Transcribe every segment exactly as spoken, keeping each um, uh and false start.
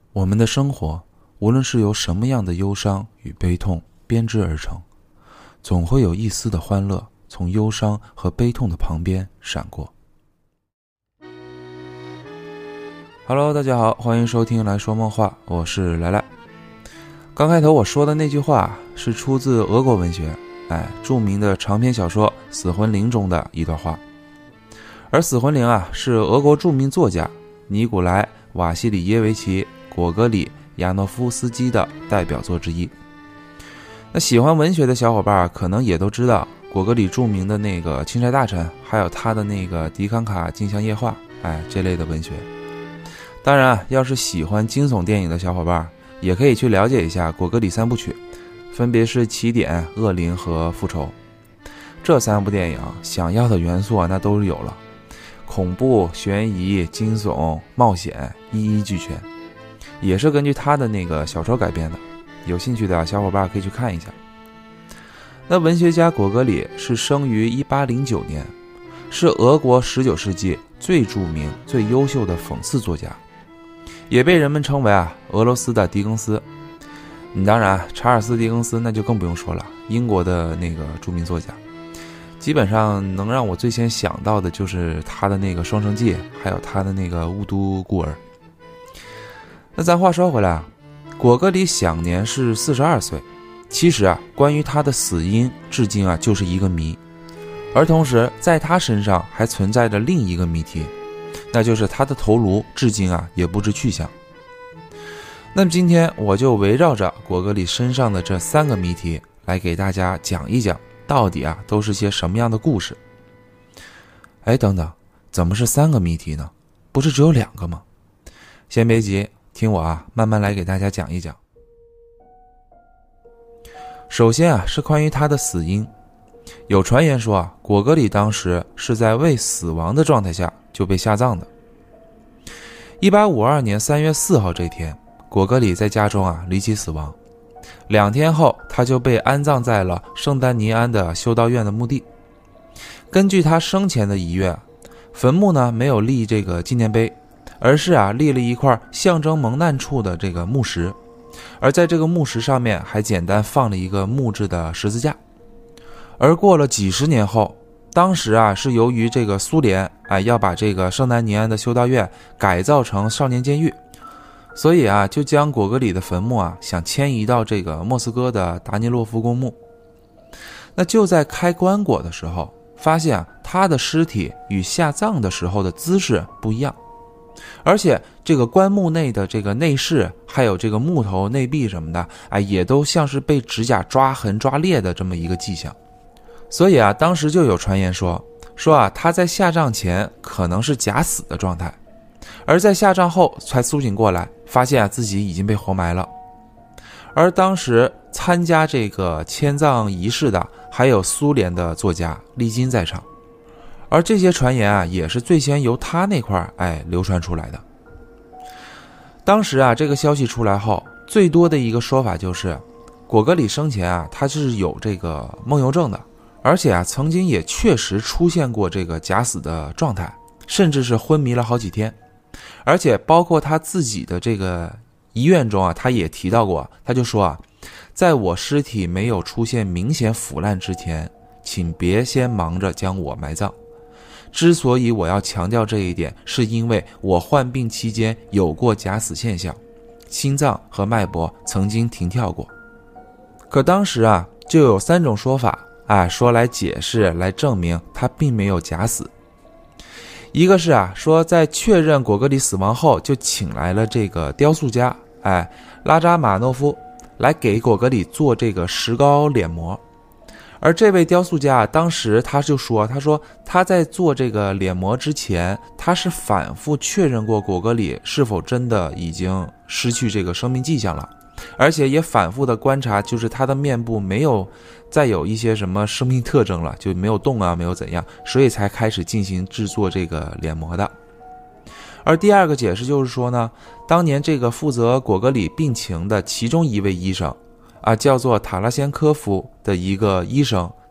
我们的生活无论是由什么样的忧伤与悲痛编织而成，总会有一丝的欢乐从忧伤和悲痛的旁边闪过。Hello， 大家好，欢迎收听来说梦话，我是来来。刚开头我说的那句话是出自俄国文学，哎，著名的长篇小说《死魂灵》中的一段话。而《死魂灵》啊，是俄国著名作家尼古莱·瓦西里耶维奇·果戈里亚诺夫斯基的代表作之一。那喜欢文学的小伙伴可能也都知道，果戈里著名的那个《钦差大臣》，还有他的那个《迪康卡镜像夜话》，哎，这类的文学。当然啊，要是喜欢惊悚电影的小伙伴，也可以去了解一下果戈里三部曲，分别是《起点》、《恶灵》和《复仇》。这三部电影想要的元素啊，那都是有了，恐怖、悬疑、惊悚、冒险一一俱全，也是根据他的那个小说改编的。有兴趣的小伙伴可以去看一下。那文学家果戈里是生于一八零九年，是俄国十九世纪最著名、最优秀的讽刺作家，也被人们称为啊俄罗斯的狄更斯。你当然查尔斯·狄更斯那就更不用说了，英国的那个著名作家。基本上能让我最先想到的就是他的那个《双城记》，还有他的那个《雾都孤儿》。那咱话说回来啊，果戈里享年是四十二岁。其实啊，关于他的死因至今啊就是一个谜。而同时在他身上还存在着另一个谜题，那就是他的头颅至今啊也不知去向。那么今天我就围绕着果戈里身上的这三个谜题来给大家讲一讲，到底啊都是些什么样的故事。哎，等等，怎么是三个谜题呢？不是只有两个吗？先别急，听我啊慢慢来给大家讲一讲。首先啊是关于他的死因。有传言说啊，果戈里当时是在未死亡的状态下就被下葬的。一八五二年三月四号这天，果戈里在家中啊离奇死亡。两天后，他就被安葬在了圣丹尼安的修道院的墓地。根据他生前的遗愿，坟墓呢没有立这个纪念碑，而是啊立了一块象征蒙难处的这个木石，而在这个木石上面还简单放了一个木质的十字架。而过了几十年后，当时啊是由于这个苏联哎要把这个圣丹尼安的修道院改造成少年监狱，所以啊就将果戈里的坟墓啊想迁移到这个莫斯科的达尼洛夫公墓。那就在开棺椁的时候，发现啊他的尸体与下葬的时候的姿势不一样，而且这个棺木内的这个内饰还有这个木头内壁什么的哎也都像是被指甲抓痕抓裂的这么一个迹象。所以啊当时就有传言说说啊他在下葬前可能是假死的状态，而在下葬后才苏醒过来，发现啊自己已经被活埋了。而当时参加这个迁葬仪式的还有苏联的作家利金在场，而这些传言啊也是最先由他那块哎流传出来的。当时啊这个消息出来后，最多的一个说法就是果戈里生前啊他是有这个梦游症的，而且啊曾经也确实出现过这个假死的状态，甚至是昏迷了好几天。而且包括他自己的这个遗愿中啊他也提到过，他就说啊在我尸体没有出现明显腐烂之前，请别先忙着将我埋葬。之所以我要强调这一点，是因为我患病期间有过假死现象，心脏和脉搏曾经停跳过。可当时啊就有三种说法哎，说来解释来证明他并没有假死。一个是啊说在确认果戈里死亡后，就请来了这个雕塑家哎拉扎马诺夫来给果戈里做这个石膏脸膜。而这位雕塑家当时他就说他说他在做这个脸膜之前，他是反复确认过果戈里是否真的已经失去这个生命迹象了，而且也反复的观察，就是他的面部没有再有一些什么生命特征了，就没有动啊，没有怎样，所以才开始进行制作这个脸膜的。而第二个解释就是说呢，当年这个负责果戈里病情的其中一位医生啊，叫做塔拉先科夫的一个医生，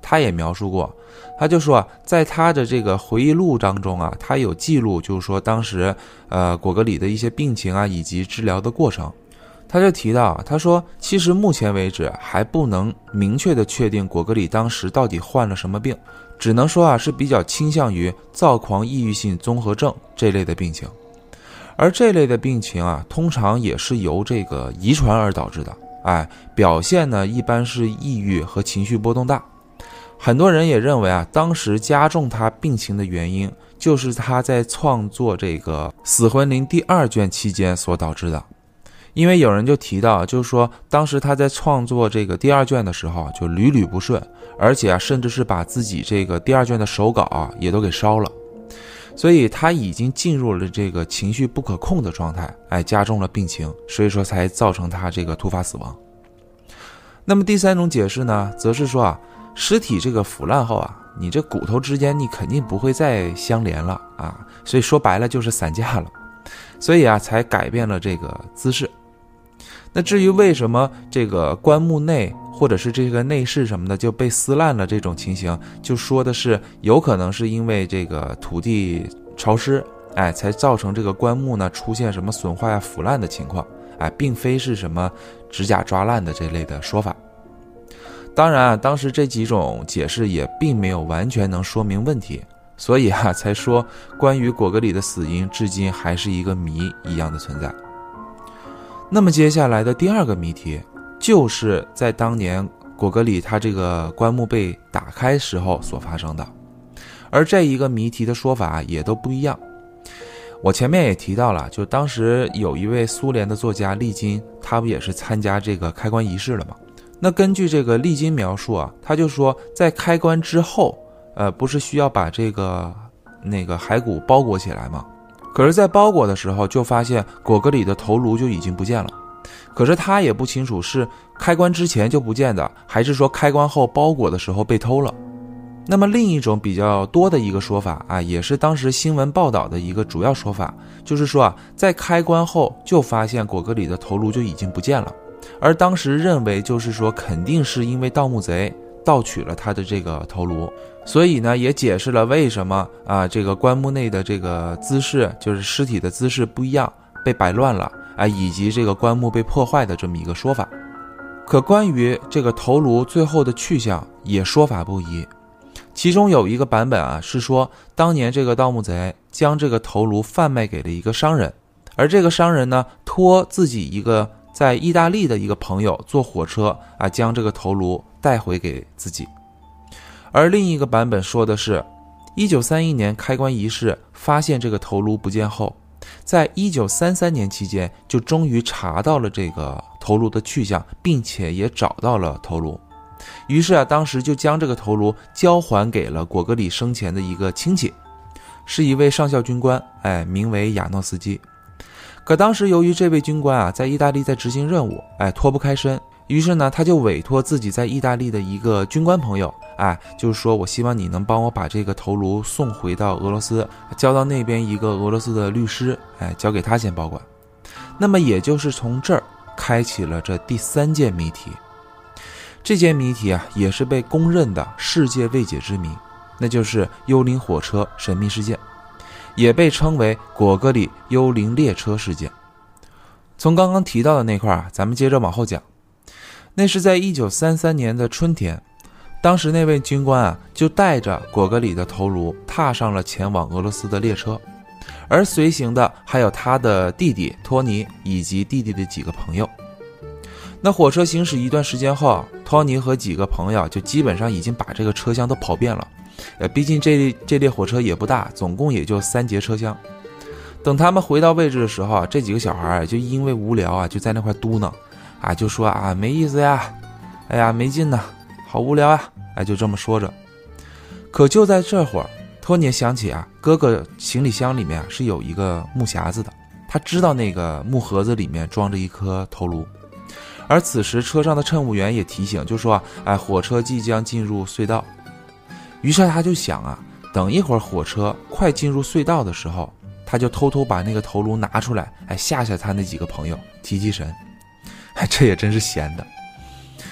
他也描述过，他就说啊，在他的这个回忆录当中啊，他有记录，就是说当时呃果戈里的一些病情啊，以及治疗的过程。他就提到，他说其实目前为止还不能明确的确定果戈里当时到底患了什么病，只能说啊是比较倾向于躁狂抑郁性综合症这类的病情。而这类的病情啊，通常也是由这个遗传而导致的，哎，表现呢一般是抑郁和情绪波动大。很多人也认为啊，当时加重他病情的原因，就是他在创作这个《死魂灵》第二卷期间所导致的。因为有人就提到，就是说当时他在创作这个第二卷的时候就屡屡不顺，而且啊，甚至是把自己这个第二卷的手稿啊也都给烧了。所以他已经进入了这个情绪不可控的状态，哎，加重了病情，所以说才造成他这个突发死亡。那么第三种解释呢，则是说啊，尸体这个腐烂后啊，你这骨头之间你肯定不会再相连了啊，所以说白了就是散架了，所以啊才改变了这个姿势。那至于为什么这个棺木内或者是这个内饰什么的就被撕烂了，这种情形就说的是有可能是因为这个土地潮湿，哎，才造成这个棺木呢出现什么损坏啊腐烂的情况，哎，并非是什么指甲抓烂的这类的说法。当然啊，当时这几种解释也并没有完全能说明问题，所以啊才说关于果戈里的死因至今还是一个谜一样的存在。那么接下来的第二个谜题，就是在当年果戈里他这个棺木被打开时候所发生的，而这一个谜题的说法也都不一样。我前面也提到了，就当时有一位苏联的作家利金，他不也是参加这个开棺仪式了吗？那根据这个利金描述啊，他就说在开棺之后，呃，不是需要把这个那个骸骨包裹起来吗？可是在包裹的时候就发现果戈里的头颅就已经不见了，可是他也不清楚是开棺之前就不见的，还是说开棺后包裹的时候被偷了。那么另一种比较多的一个说法啊，也是当时新闻报道的一个主要说法，就是说啊，在开棺后就发现果戈里的头颅就已经不见了，而当时认为就是说肯定是因为盗墓贼盗取了他的这个头颅，所以呢也解释了为什么啊这个棺木内的这个姿势，就是尸体的姿势不一样，被摆乱了啊，以及这个棺木被破坏的这么一个说法。可关于这个头颅最后的去向也说法不一，其中有一个版本啊是说当年这个盗墓贼将这个头颅贩卖给了一个商人，而这个商人呢托自己一个在意大利的一个朋友坐火车啊将这个头颅带回给自己。而另一个版本说的是一九三一年开棺仪式发现这个头颅不见后，在一九三三年期间就终于查到了这个头颅的去向，并且也找到了头颅。于是啊，当时就将这个头颅交还给了果戈里生前的一个亲戚，是一位上校军官，哎，名为亚诺斯基。可当时由于这位军官啊在意大利在执行任务，哎，脱不开身，于是呢他就委托自己在意大利的一个军官朋友，哎，就是说我希望你能帮我把这个头颅送回到俄罗斯，交到那边一个俄罗斯的律师，哎，交给他先保管。那么也就是从这儿开启了这第三件谜题。这件谜题啊也是被公认的世界未解之谜，那就是幽灵火车神秘事件，也被称为果戈里幽灵列车事件。从刚刚提到的那块啊，咱们接着往后讲。那是在一九三三年的春天，当时那位军官啊就带着果戈里的头颅踏上了前往俄罗斯的列车，而随行的还有他的弟弟托尼以及弟弟的几个朋友。那火车行驶一段时间后，托尼和几个朋友就基本上已经把这个车厢都跑遍了，呃，毕竟这这列火车也不大，总共也就三节车厢。等他们回到位置的时候，这几个小孩就因为无聊啊，就在那块嘟囔啊，就说啊没意思呀，哎呀没劲呐，好无聊啊，哎，就这么说着。可就在这会儿，托尼想起啊，哥哥行李箱里面是有一个木匣子的，他知道那个木盒子里面装着一颗头颅。而此时车上的乘务员也提醒，就说啊，哎，火车即将进入隧道。于是他就想啊，等一会儿火车快进入隧道的时候，他就偷偷把那个头颅拿出来，哎，吓吓他那几个朋友，提提神。哎，这也真是闲的。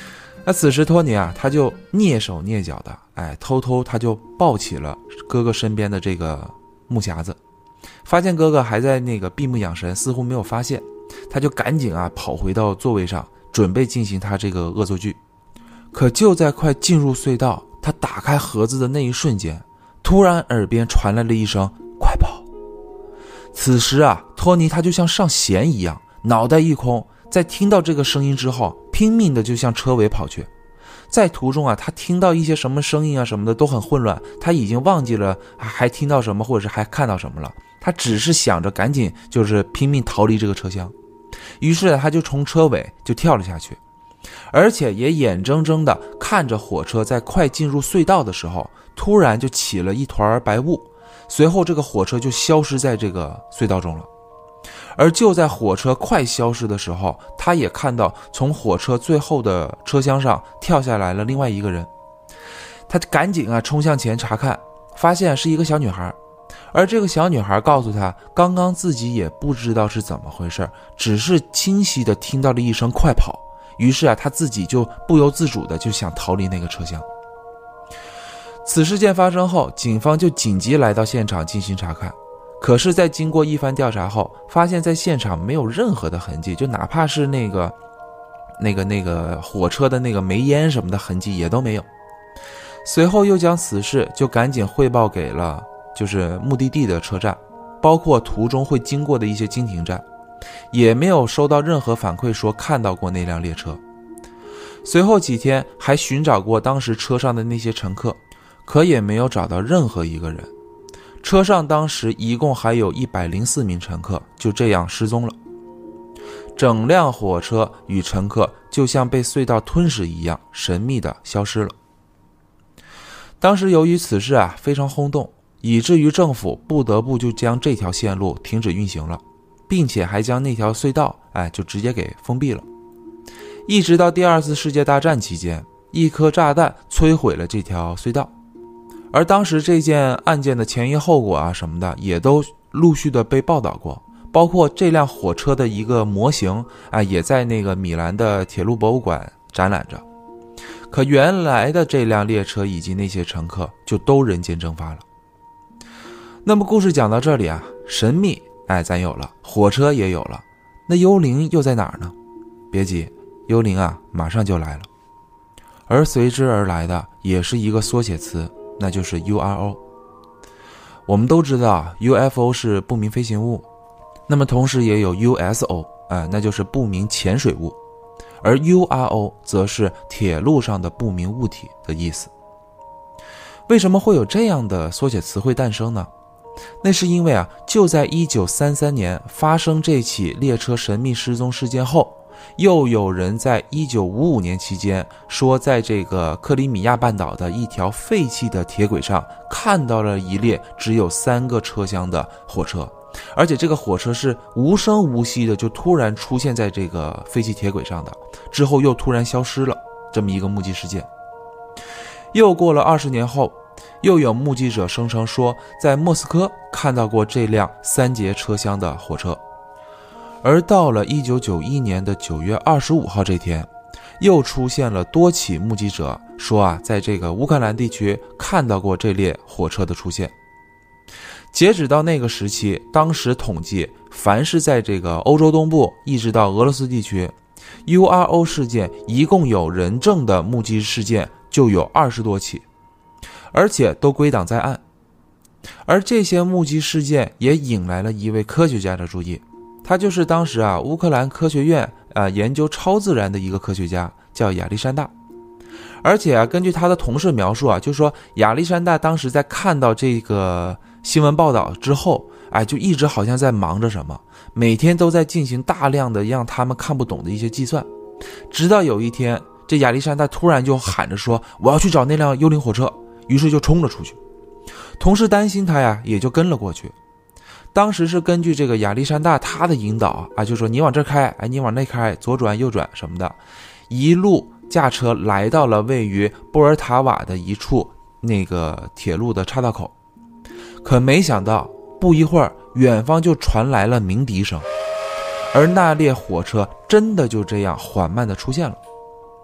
那此时托尼啊，他就蹑手蹑脚的，哎，偷偷他就抱起了哥哥身边的这个木匣子，发现哥哥还在那个闭目养神，似乎没有发现，他就赶紧啊跑回到座位上，准备进行他这个恶作剧。可就在快进入隧道，他打开盒子的那一瞬间，突然耳边传来了一声快跑。此时啊，托尼他就像上弦一样，脑袋一空，在听到这个声音之后，拼命的就向车尾跑去。在途中啊，他听到一些什么声音啊什么的都很混乱，他已经忘记了还听到什么或者是还看到什么了，他只是想着赶紧就是拼命逃离这个车厢。于是他就从车尾就跳了下去，而且也眼睁睁的看着火车在快进入隧道的时候，突然就起了一团白雾，随后这个火车就消失在这个隧道中了。而就在火车快消失的时候，他也看到从火车最后的车厢上跳下来了另外一个人。他赶紧啊冲向前查看，发现是一个小女孩。而这个小女孩告诉他，刚刚自己也不知道是怎么回事，只是清晰的听到了一声快跑，于是啊他自己就不由自主的就想逃离那个车厢。此事件发生后，警方就紧急来到现场进行查看。可是在经过一番调查后，发现在现场没有任何的痕迹，就哪怕是那个那个那个火车的那个煤烟什么的痕迹也都没有。随后又将此事就赶紧汇报给了就是目的地的车站，包括途中会经过的一些经停站，也没有收到任何反馈说看到过那辆列车。随后几天还寻找过当时车上的那些乘客，可也没有找到任何一个人。车上当时一共还有一百零四名乘客，就这样失踪了。整辆火车与乘客就像被隧道吞噬一样，神秘地消失了。当时由于此事啊非常轰动，以至于政府不得不就将这条线路停止运行了，并且还将那条隧道哎就直接给封闭了。一直到第二次世界大战期间，一颗炸弹摧毁了这条隧道。而当时这件案件的前因后果啊什么的也都陆续的被报道过，包括这辆火车的一个模型啊也在那个米兰的铁路博物馆展览着。可原来的这辆列车以及那些乘客就都人间蒸发了。那么故事讲到这里啊，神秘哎咱有了，火车也有了，那幽灵又在哪儿呢？别急，幽灵啊马上就来了。而随之而来的也是一个缩写词，那就是 U R O。 我们都知道 U F O 是不明飞行物，那么同时也有 U S O、呃、那就是不明潜水物，而 U R O 则是铁路上的不明物体的意思。为什么会有这样的缩写词汇诞生呢？那是因为啊，就在一九三三年发生这起列车神秘失踪事件后，又有人在一九五五年期间说，在这个克里米亚半岛的一条废弃的铁轨上看到了一列只有三个车厢的火车，而且这个火车是无声无息的就突然出现在这个废弃铁轨上的，之后又突然消失了，这么一个目击事件。又过了二十年后，又有目击者声称说在莫斯科看到过这辆三节车厢的火车。而到了一九九一年的九月二十五号这天，又出现了多起目击者说啊，在这个乌克兰地区看到过这列火车的出现。截止到那个时期，当时统计凡是在这个欧洲东部一直到俄罗斯地区 U R O 事件一共有人证的目击事件就有二十多起，而且都归档在案。而这些目击事件也引来了一位科学家的注意，他就是当时啊乌克兰科学院啊研究超自然的一个科学家，叫亚历山大。而且啊根据他的同事描述啊，就说亚历山大当时在看到这个新闻报道之后，哎就一直好像在忙着什么，每天都在进行大量的让他们看不懂的一些计算。直到有一天，这亚历山大突然就喊着说我要去找那辆幽灵火车，于是就冲了出去。同事担心他呀，也就跟了过去。当时是根据这个亚历山大他的引导啊，就说你往这开，哎，你往那开，左转右转什么的，一路驾车来到了位于波尔塔瓦的一处那个铁路的岔道口。可没想到不一会儿，远方就传来了鸣笛声，而那列火车真的就这样缓慢地出现了。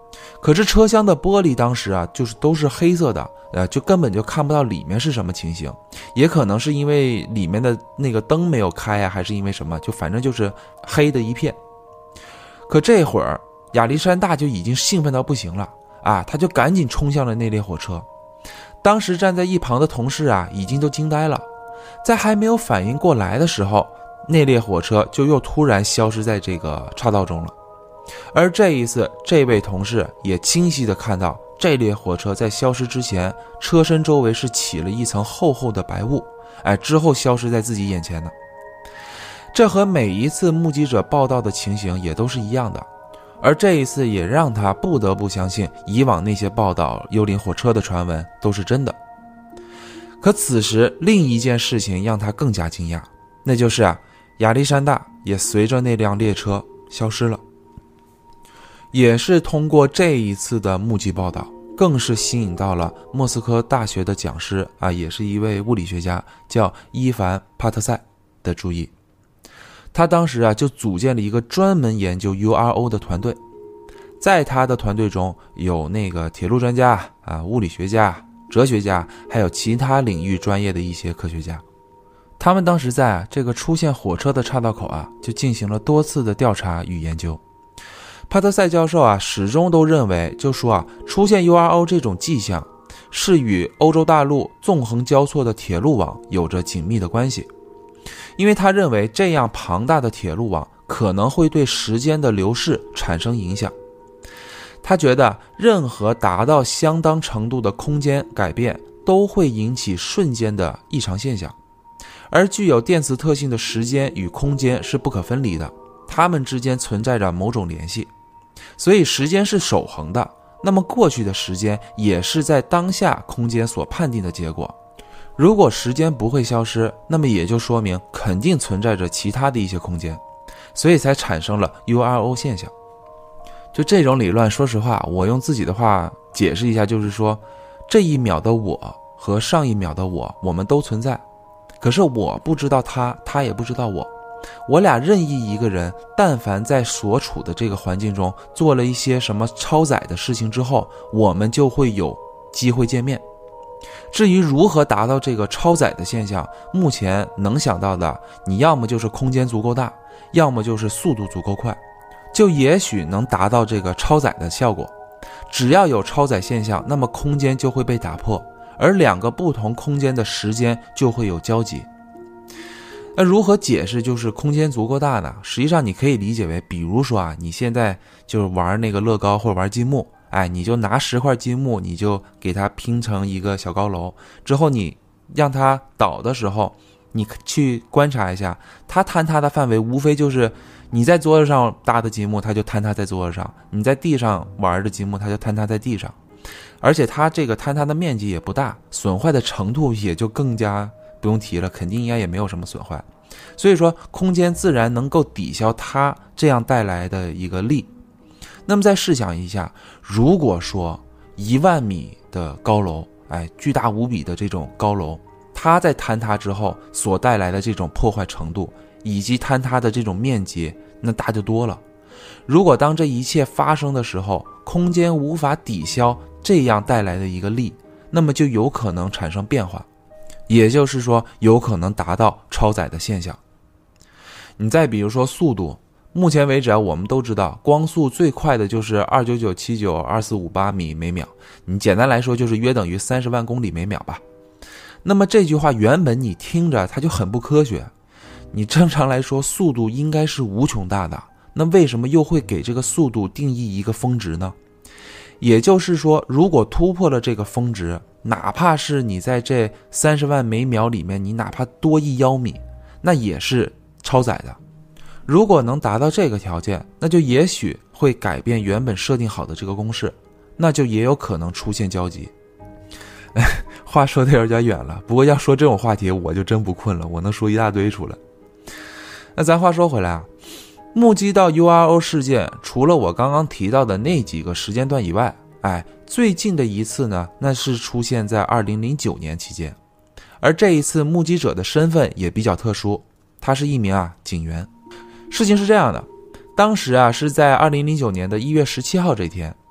可是车厢的玻璃当时啊，就是都是黑色的，呃，就根本就看不到里面是什么情形，也可能是因为里面的那个灯没有开啊，还是因为什么，就反正就是黑的一片。可这会儿亚历山大就已经兴奋到不行了啊，他就赶紧冲向了那列火车。当时站在一旁的同事啊，已经都惊呆了，在还没有反应过来的时候，那列火车就又突然消失在这个岔道中了。而这一次，这位同事也清晰地看到，这列火车在消失之前，车身周围是起了一层厚厚的白雾，哎，之后消失在自己眼前的。这和每一次目击者报道的情形也都是一样的，而这一次也让他不得不相信，以往那些报道幽灵火车的传闻都是真的。可此时，另一件事情让他更加惊讶，那就是啊，亚历山大也随着那辆列车消失了。也是通过这一次的目击报道，更是吸引到了莫斯科大学的讲师啊，也是一位物理学家，叫伊凡·帕特塞的注意。他当时啊就组建了一个专门研究 U R O 的团队，在他的团队中有那个铁路专家啊、物理学家、哲学家，还有其他领域专业的一些科学家。他们当时在啊这个出现火车的岔道口啊，就进行了多次的调查与研究。帕特塞教授啊，始终都认为，就说啊，出现 U R O 这种迹象，是与欧洲大陆纵横交错的铁路网有着紧密的关系。因为他认为这样庞大的铁路网可能会对时间的流逝产生影响。他觉得任何达到相当程度的空间改变都会引起瞬间的异常现象，而具有电磁特性的时间与空间是不可分离的，它们之间存在着某种联系。所以时间是守恒的，那么过去的时间也是在当下空间所判定的结果。如果时间不会消失，那么也就说明肯定存在着其他的一些空间，所以才产生了 U R O 现象。就这种理论，说实话，我用自己的话解释一下，就是说这一秒的我和上一秒的我，我们都存在，可是我不知道他，他也不知道我。我俩任意一个人，但凡在所处的这个环境中做了一些什么超载的事情之后，我们就会有机会见面。至于如何达到这个超载的现象，目前能想到的，你要么就是空间足够大，要么就是速度足够快，就也许能达到这个超载的效果。只要有超载现象，那么空间就会被打破，而两个不同空间的时间就会有交集。那如何解释就是空间足够大呢？实际上你可以理解为，比如说啊，你现在就是玩那个乐高或者玩积木，哎，你就拿十块积木，你就给它拼成一个小高楼，之后你让它倒的时候，你去观察一下，它坍塌的范围无非就是你在桌子上搭的积木，它就坍塌在桌子上；你在地上玩的积木，它就坍塌在地上。而且它这个坍塌的面积也不大，损坏的程度也就更加不用提了，肯定应该也没有什么损坏。所以说空间自然能够抵消它这样带来的一个力。那么再试想一下，如果说一万米的高楼，哎，巨大无比的这种高楼，它在坍塌之后所带来的这种破坏程度以及坍塌的这种面积，那大就多了。如果当这一切发生的时候，空间无法抵消这样带来的一个力，那么就有可能产生变化，也就是说有可能达到超载的现象。你再比如说速度，目前为止啊，我们都知道光速最快的就是二九九七九二四五八米每秒，你简单来说就是约等于三十万公里每秒吧。那么这句话原本你听着它就很不科学，你正常来说速度应该是无穷大的，那为什么又会给这个速度定义一个峰值呢？也就是说，如果突破了这个峰值，哪怕是你在这三十万每秒里面，你哪怕多一幺米，那也是超载的。如果能达到这个条件，那就也许会改变原本设定好的这个公式，那就也有可能出现交集。话说的有点远了，不过要说这种话题我就真不困了，我能说一大堆出来。那咱话说回来啊，目击到 U R O 事件，除了我刚刚提到的那几个时间段以外，哎，最近的一次呢，那是出现在二零零九年期间。而这一次目击者的身份也比较特殊，他是一名啊警员。事情是这样的，当时啊是在二零零九年的一月十七号这天，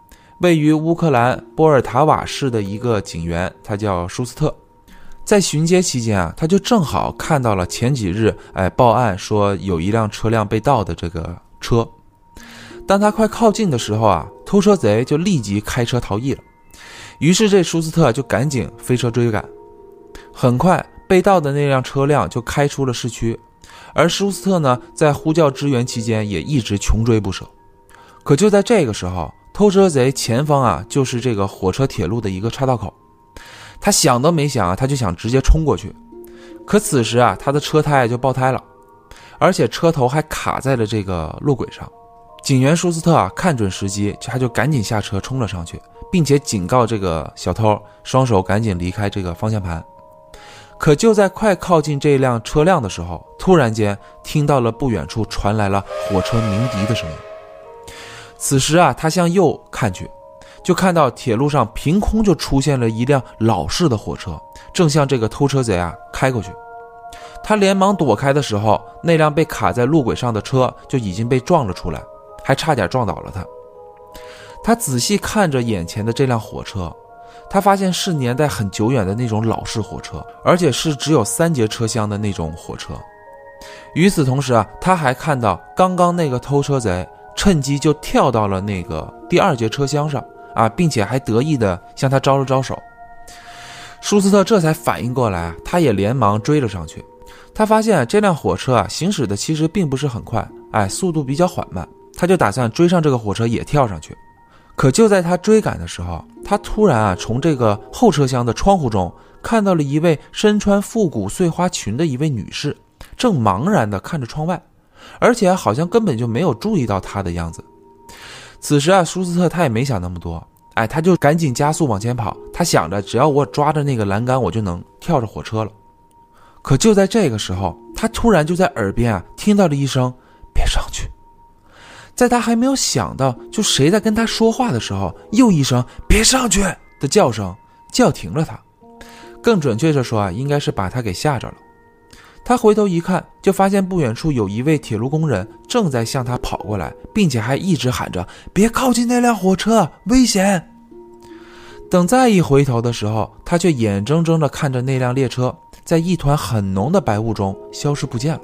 位于乌克兰波尔塔瓦市的一个警员，他叫舒斯特。在巡街期间啊，他就正好看到了前几日哎报案说有一辆车辆被盗的这个车。当他快靠近的时候啊，偷车贼就立即开车逃逸了。于是这舒斯特就赶紧飞车追赶。很快被盗的那辆车辆就开出了市区，而舒斯特呢在呼叫支援期间也一直穷追不舍。可就在这个时候，偷车贼前方啊就是这个火车铁路的一个岔道口。他想都没想啊，他就想直接冲过去。可此时啊，他的车胎就爆胎了，而且车头还卡在了这个路轨上。警员舒斯特啊，看准时机，他就赶紧下车冲了上去，并且警告这个小偷双手赶紧离开这个方向盘。可就在快靠近这辆车辆的时候，突然间听到了不远处传来了火车鸣笛的声音。此时啊，他向右看去，就看到铁路上凭空就出现了一辆老式的火车，正向这个偷车贼啊开过去。他连忙躲开的时候，那辆被卡在路轨上的车就已经被撞了出来，还差点撞倒了他。他仔细看着眼前的这辆火车，他发现是年代很久远的那种老式火车，而且是只有三节车厢的那种火车。与此同时啊，他还看到刚刚那个偷车贼趁机就跳到了那个第二节车厢上啊，并且还得意地向他招了招手。舒斯特这才反应过来，他也连忙追了上去。他发现这辆火车啊行驶的其实并不是很快，哎，速度比较缓慢。他就打算追上这个火车也跳上去。可就在他追赶的时候，他突然啊从这个后车厢的窗户中看到了一位身穿复古碎花裙的一位女士，正茫然地看着窗外，而且好像根本就没有注意到他的样子。此时啊，舒斯特他也没想那么多，哎，他就赶紧加速往前跑。他想着只要我抓着那个栏杆，我就能跳着火车了。可就在这个时候，他突然就在耳边啊听到了一声别上去。在他还没有想到就谁在跟他说话的时候，又一声别上去的叫声叫停了他。更准确的说啊，应该是把他给吓着了。他回头一看，就发现不远处有一位铁路工人正在向他跑过来，并且还一直喊着别靠近那辆火车，危险。等再一回头的时候，他却眼睁睁地看着那辆列车在一团很浓的白雾中消失不见了。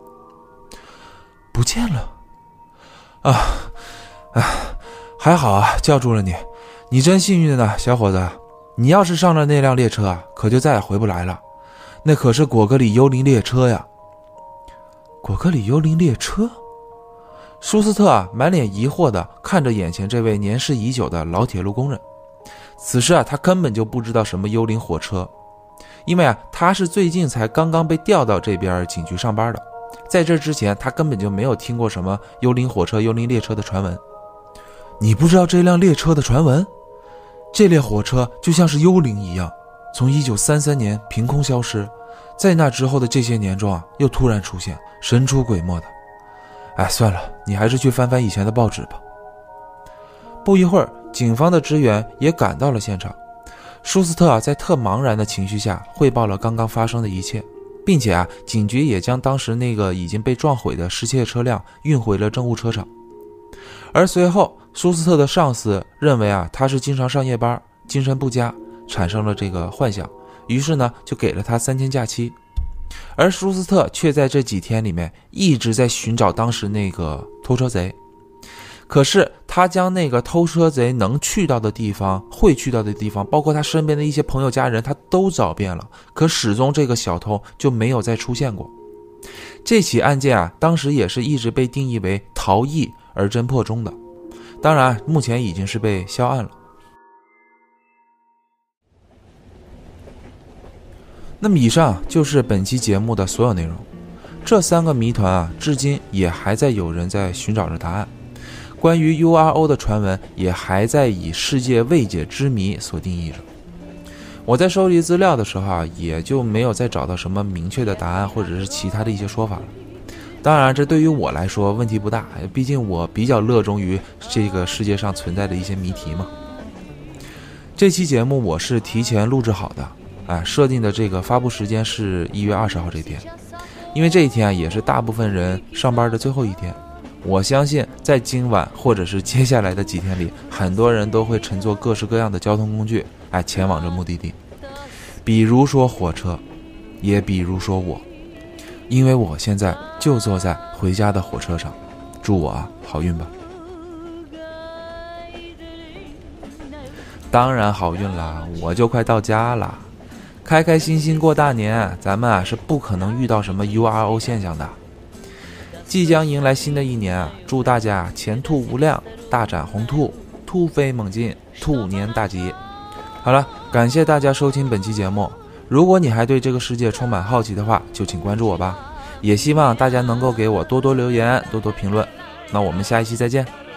不见了啊啊！还好啊，叫住了你，你真幸运呢，小伙子。你要是上了那辆列车啊，可就再也回不来了。那可是果戈里幽灵列车呀！果戈里幽灵列车？舒斯特啊，满脸疑惑地看着眼前这位年事已久的老铁路工人。此时啊，他根本就不知道什么幽灵火车，因为啊，他是最近才刚刚被调到这边警局上班的。在这之前，他根本就没有听过什么幽灵火车、幽灵列车的传闻。你不知道这辆列车的传闻？这列火车就像是幽灵一样，从一九三三年凭空消失，在那之后的这些年中啊，又突然出现，神出鬼没的。哎，算了，你还是去翻翻以前的报纸吧。不一会儿，警方的支援也赶到了现场。舒斯特啊，在特茫然的情绪下汇报了刚刚发生的一切，并且啊，警局也将当时那个已经被撞毁的失窃车辆运回了政务车厂。而随后，舒斯特的上司认为啊，他是经常上夜班，精神不佳，产生了这个幻想，于是呢，就给了他三天假期。而舒斯特却在这几天里面一直在寻找当时那个偷车贼。可是他将那个偷车贼能去到的地方，会去到的地方，包括他身边的一些朋友家人，他都找遍了，可始终这个小偷就没有再出现过。这起案件啊，当时也是一直被定义为逃逸而侦破中的，当然目前已经是被销案了。那么以上就是本期节目的所有内容。这三个谜团啊，至今也还在有人在寻找着答案。关于 U R O 的传闻也还在以世界未解之谜所定义着。我在收集资料的时候啊，也就没有再找到什么明确的答案或者是其他的一些说法了。当然这对于我来说问题不大，毕竟我比较热衷于这个世界上存在的一些谜题嘛。这期节目我是提前录制好的，哎，设定的这个发布时间是一月二十号这天，因为这一天啊也是大部分人上班的最后一天， 我相信在今晚或者是接下来的几天里，很多人都会乘坐各式各样的交通工具，哎，前往着目的地。比如说火车，也比如说我，因为我现在就坐在回家的火车上。祝我啊好运吧。当然好运啦，我就快到家啦，开开心心过大年，咱们啊是不可能遇到什么 U R O 现象的。即将迎来新的一年啊，祝大家前途无量，大展宏图，突飞猛进，兔年大吉。好了，感谢大家收听本期节目。如果你还对这个世界充满好奇的话，就请关注我吧。也希望大家能够给我多多留言，多多评论。那我们下一期再见。